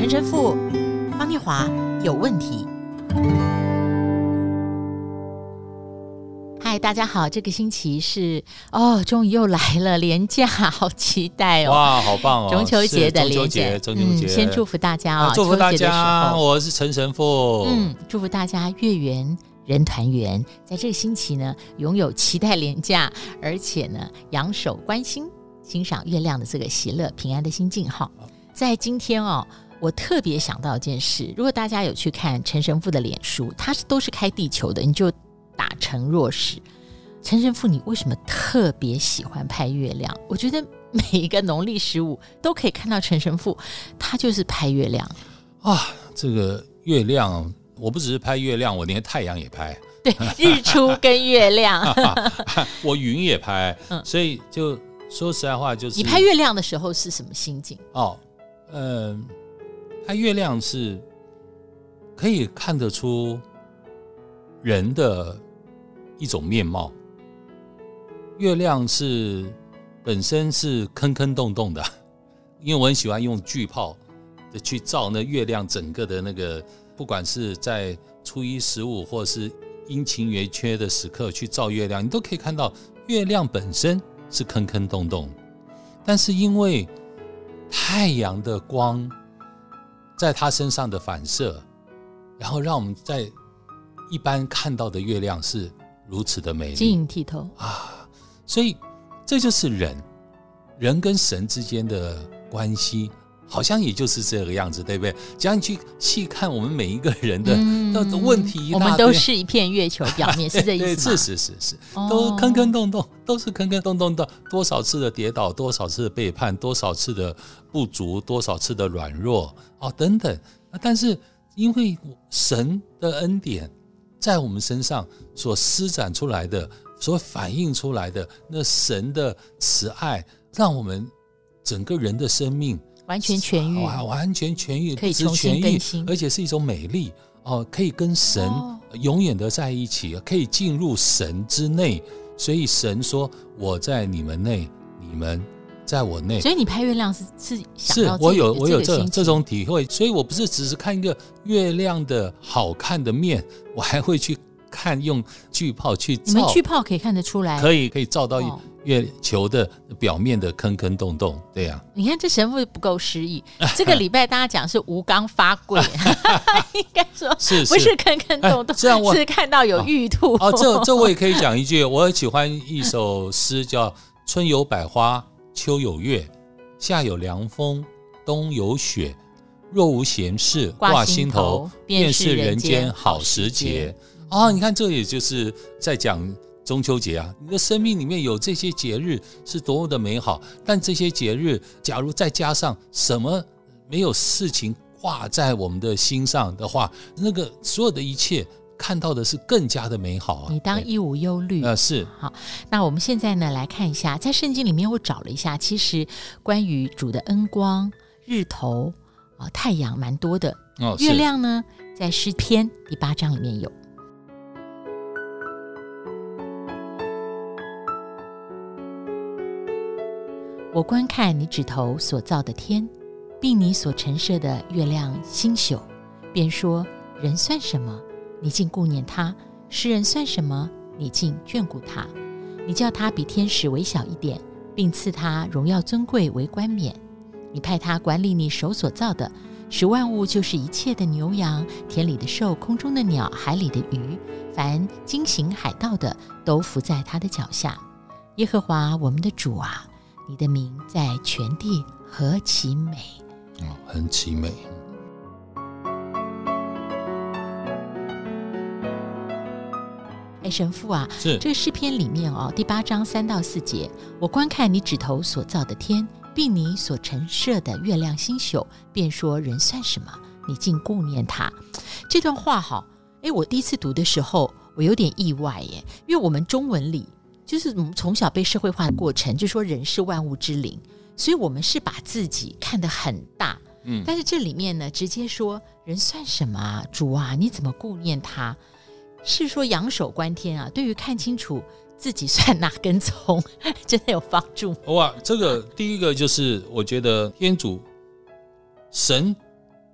陈神父，方念华有问题。嗨，大家好，这个星期是终于又来了，连假，好期待哦！ 哇，好棒哦！ 中秋节的连假， 中秋节， 先祝福大家祝福大家，我是陈神父， 祝福大家月圆人团圆，在这个星期呢，拥有期待连假，而且呢，仰首观星，欣赏月亮的这个喜乐平安的心境哈。在今天我特别想到一件事，如果大家有去看陈神父的脸书，他都是开地球的，你就打成若是。陈神父，你为什么特别喜欢拍月亮？我觉得每一个农历15都可以看到陈神父，他就是拍月亮啊。这个月亮，我不只是拍月亮，我连太阳也拍。 对，日出跟月亮， 我云也拍，所以就说实在话，就是你拍月亮的时候是什么心境？ 拍月亮是可以看得出人的一种面貌。月亮本身是坑坑洞洞的，因为我很喜欢用巨炮的去照那月亮整个的那个，不管是在初一15或是阴晴圆缺的时刻去照月亮，你都可以看到月亮本身是坑坑洞洞，但是因为太阳的光在它身上的反射，然后让我们在一般看到的月亮是如此的美丽， 晶莹剔透啊！所以这就是人跟神之间的关系，好像也就是这个样子，对不对？只要你去细看我们每一个人的问题一大堆， 我们都是一片月球表面，是这意思吗？ 是，都坑坑洞洞，都是坑坑洞洞的，多少次的跌倒，多少次的背叛，多少次的不足，多少次的软弱等等。但是因为神的恩典在我们身上所施展出来的，所反映出来的那神的慈爱，让我们整个人的生命完全痊愈， 完全痊愈， 可以重新更新， 而且是一种美丽可以跟神永远的在一起，可以进入神之内。所以神说：“我在你们内，你们在我内。” 所以你拍月亮是想到我有这种体会，所以我不是只是看一个月亮的好看的面，我还会去看用巨炮去照。 你们巨炮可以看得出来， 可以照到月球的表面的坑坑洞洞，对呀。 你看这神父不够诗意。这个礼拜大家讲是无刚发贵，应该说不是坑坑洞洞，是看到有玉兔。 这我也可以讲一句，我很喜欢一首诗，叫“春有百花，秋有月，夏有凉风，冬有雪。若无闲事挂心头，便是人间好时节。”你看这也就是在讲中秋节啊，你的生命里面有这些节日是多么的美好，但这些节日假如再加上什么没有事情挂在我们的心上的话，那个所有的一切看到的是更加的美好啊！ 你当一无忧虑。 是。 好，那我们现在呢来看一下，在圣经里面我找了一下，其实关于主的恩光、日头、太阳蛮多的。月亮呢，在诗篇第8章里面有。我观看你指头所造的天，并你所陈设的月亮星宿，便说：人算什么，你竟顾念他；世人算什么，你竟眷顾他。你叫他比天使微小一点，并赐他荣耀尊贵为冠冕。你派他管理你手所造的，使万物，就是一切的牛羊、田里的兽、空中的鸟、海里的鱼，凡经行海道的，都伏在他的脚下。耶和华我们的主啊，你的名在全地何其美！ 很奇美。 神父啊，这诗篇里面第8章3到4节，我观看你指头所造的天，并你所陈设的月亮星宿，便说：人算什么，你竟顾念他。这段话我第一次读的时候，我有点意外耶，因为我们中文里就是我们从小被社会化的过程，就说人是万物之灵，所以我们是把自己看得很大。但是这里面呢，直接说人算什么啊，主啊，你怎么顾念他？是说仰首观天啊，对于看清楚自己算哪根葱真的有帮助。 哇，这个第一个就是我觉得天主神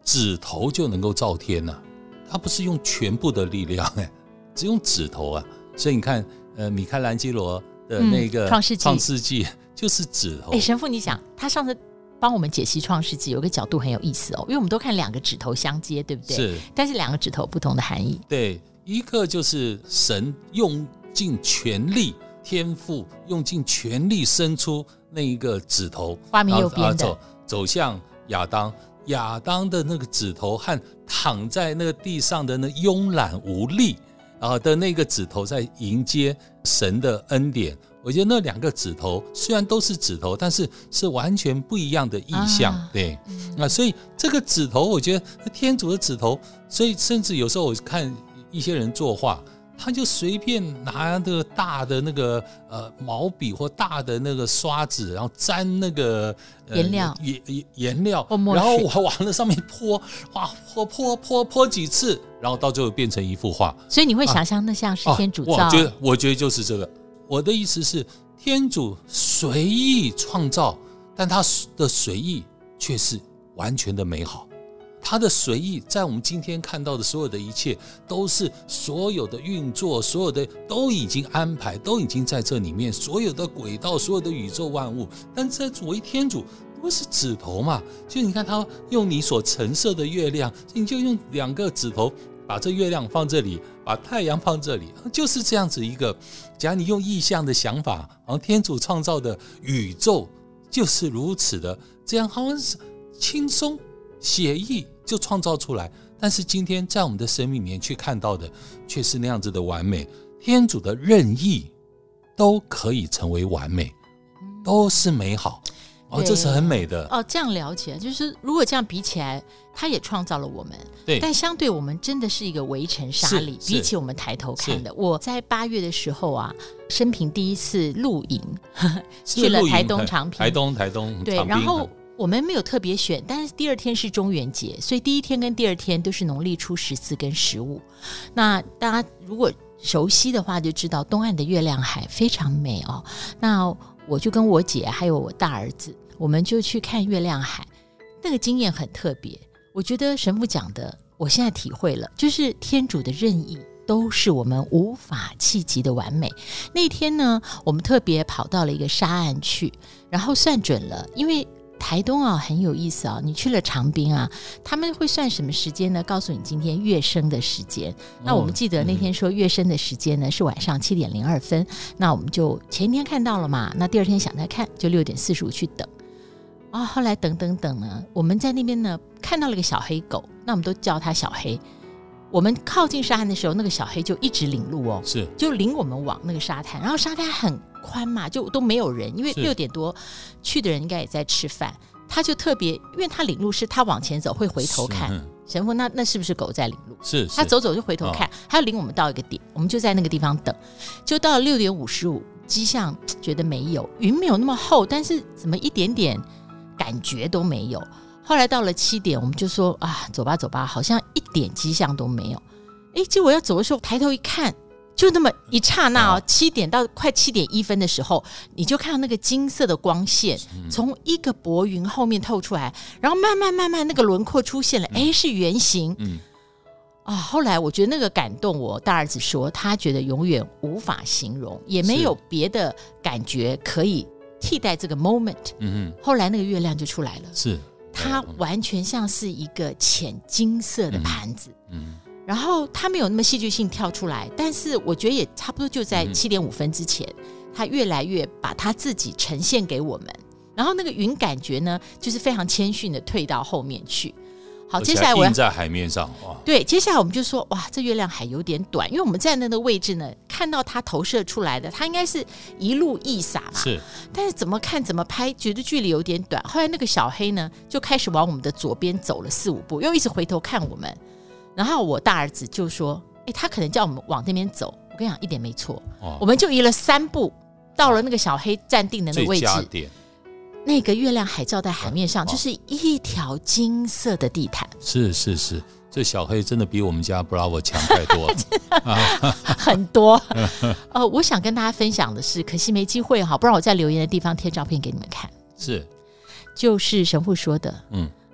指头就能够造天啊，它不是用全部的力量只用指头啊。所以你看米开朗基罗的那个创世纪就是指头。 神父你想他上次帮我们解析创世纪有个角度很有意思因为我们都看两个指头相接对不对？ 是， 但是两个指头不同的含义。 对，一个就是神用尽全力，天父用尽全力伸出那一个指头， 画面右边的走向亚当，亚当的那个指头和躺在那个地上的那慵懒无力的那个指头在迎接神的恩典。我觉得那两个指头虽然都是指头，但是是完全不一样的意象。对，所以这个指头，我觉得天主的指头，所以甚至有时候我看一些人作画，他就随便拿那个大的那个毛笔或大的那个刷子，然后沾那个颜料，然后往那上面泼，哇，泼几次，然后到最后变成一幅画。 所以你会想象那像是天主造？ 我觉得就是这个。我的意思是，天主随意创造，但他的随意却是完全的美好。他的随意在我们今天看到的所有的一切，都是所有的运作，所有的都已经安排，都已经在这里面，所有的轨道，所有的宇宙万物。但这作为天主不是指头嘛，就你看他用你所陈设的月亮，你就用两个指头把这月亮放这里，把太阳放这里，就是这样子一个。假如你用意象的想法，好像天主创造的宇宙就是如此的，这样好像是轻松写意就创造出来。但是今天在我们的生命里面去看到的，却是那样子的完美。天主的任意都可以成为完美，都是美好。这是很美的这样了解，就是如果这样比起来，他也创造了我们， 对， 但相对我们真的是一个围城沙里，比起我们抬头看的。我在8月的时候生平第一次露营去了台东长滨， 台东对，然后我们没有特别选，但是第二天是中元节，所以第一天跟第二天都是农历初14跟15。那大家如果熟悉的话就知道东岸的月亮海非常美那我就跟我姐还有我大儿子，我们就去看月亮海，那个经验很特别。我觉得神父讲的我现在体会了，就是天主的任意都是我们无法企及的完美。那天呢，我们特别跑到了一个沙岸去，然后算准了，因为台东很有意思你去了长滨他们会算什么时间呢？告诉你今天月升的时间。那我们记得那天说月升的时间呢是晚上7点02分，那我们就前一天看到了嘛，那第二天想再看就6点45去等后来等呢，我们在那边呢看到了一个小黑狗，那我们都叫它小黑。我们靠近沙滩的时候，那个小黑就一直领路是就领我们往那个沙滩，然后沙滩很宽嘛，就都没有人，因为6点多去的人应该也在吃饭。他就特别，因为他领路是他往前走会回头看，神父那是不是狗在领路？ 是他走就回头看，他要领我们到一个点，我们就在那个地方等，就到了6点55，迹象觉得没有，云没有那么厚，但是怎么一点点感觉都没有。后来到了7点，我们就说走吧走吧，好像一点迹象都没有。结果要走的时候抬头一看，就那么一刹那7点到快7点1分的时候，你就看到那个金色的光线从一个薄云后面透出来，然后慢慢那个轮廓出现了，是圆形。后来我觉得那个感动，我大儿子说他觉得永远无法形容，也没有别的感觉可以替代这个 moment。后来那个月亮就出来了， 是它完全像是一个浅金色的盘子。然后它没有那么戏剧性跳出来，但是我觉得也差不多就在7点5分之前，它越来越把它自己呈现给我们。然后那个云感觉呢，就是非常谦逊的退到后面去。好，接下来我要印在海面上。 对，接下来我们就说这月亮海有点短，因为我们在那个位置呢，看到它投射出来的，它应该是一路一洒嘛。 是， 但是怎么看怎么拍，觉得距离有点短。后来那个小黑呢，就开始往我们的左边走了4、5步，又一直回头看我们。然后我大儿子就说他可能叫我们往那边走，我跟你讲一点没错，我们就移了3步，到了那个小黑站定的那个位置， 最佳点。 那个月亮海照在海面上，就是一条金色的地毯。 是，这小黑真的比我们家 Bravo 强太多了很多我想跟大家分享的是，可惜没机会不然我在留言的地方贴照片给你们看。 是， 就是神父说的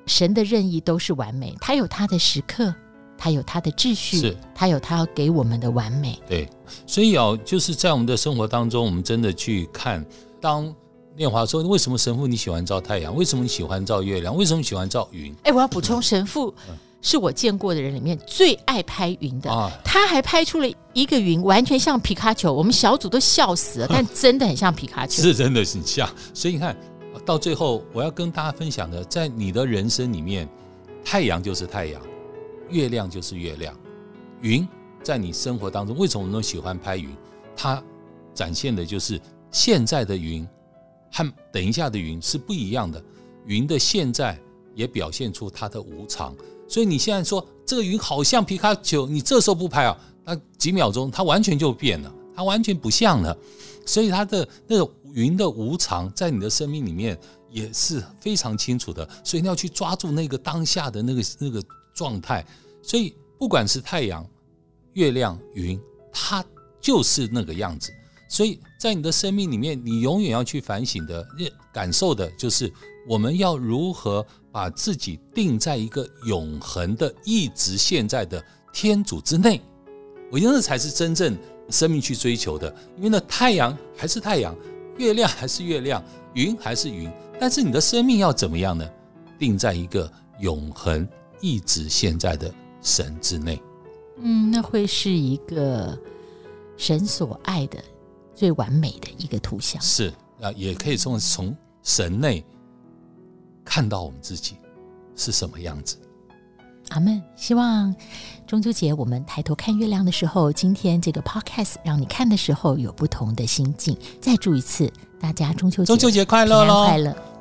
神的任意都是完美，他有他的时刻，他有他的秩序，他有他要给我们的完美。 对，所以就是在我们的生活当中，我们真的去看，当念华说为什么神父你喜欢照太阳，为什么你喜欢照月亮，为什么你喜欢照云？ 我要补充，神父是我见过的人里面最爱拍云的，他还拍出了一个云完全像皮卡丘，我们小组都笑死了，但真的很像皮卡丘， 是真的很像。所以你看到最后我要跟大家分享的，在你的人生里面，太阳就是太阳，月亮就是月亮，云在你生活当中为什么我们都喜欢拍云？它展现的就是现在的云和等一下的云是不一样的，云的现在也表现出它的无常。所以你现在说这个云好像皮卡丘，你这时候不拍那几秒钟它完全就变了，它完全不像了。所以它的那个云的无常在你的生命里面也是非常清楚的，所以你要去抓住那个当下的那个状态。所以不管是太阳、月亮、云，它就是那个样子。所以在你的生命里面，你永远要去反省的、感受的就是我们要如何把自己定在一个永恒的一直现在的天主之内。我觉得那才是真正生命去追求的，因为那太阳还是太阳，月亮还是月亮，云还是云，但是你的生命要怎么样呢？定在一个永恒一直现在的神之内。 那会是一个神所爱的最完美的一个图像。 是，也可以从神内看到我们自己是什么样子。 阿们。希望中秋节我们抬头看月亮的时候，今天这个 podcast 让你看的时候有不同的心境。再祝一次大家中秋节快乐咯， 平安快乐。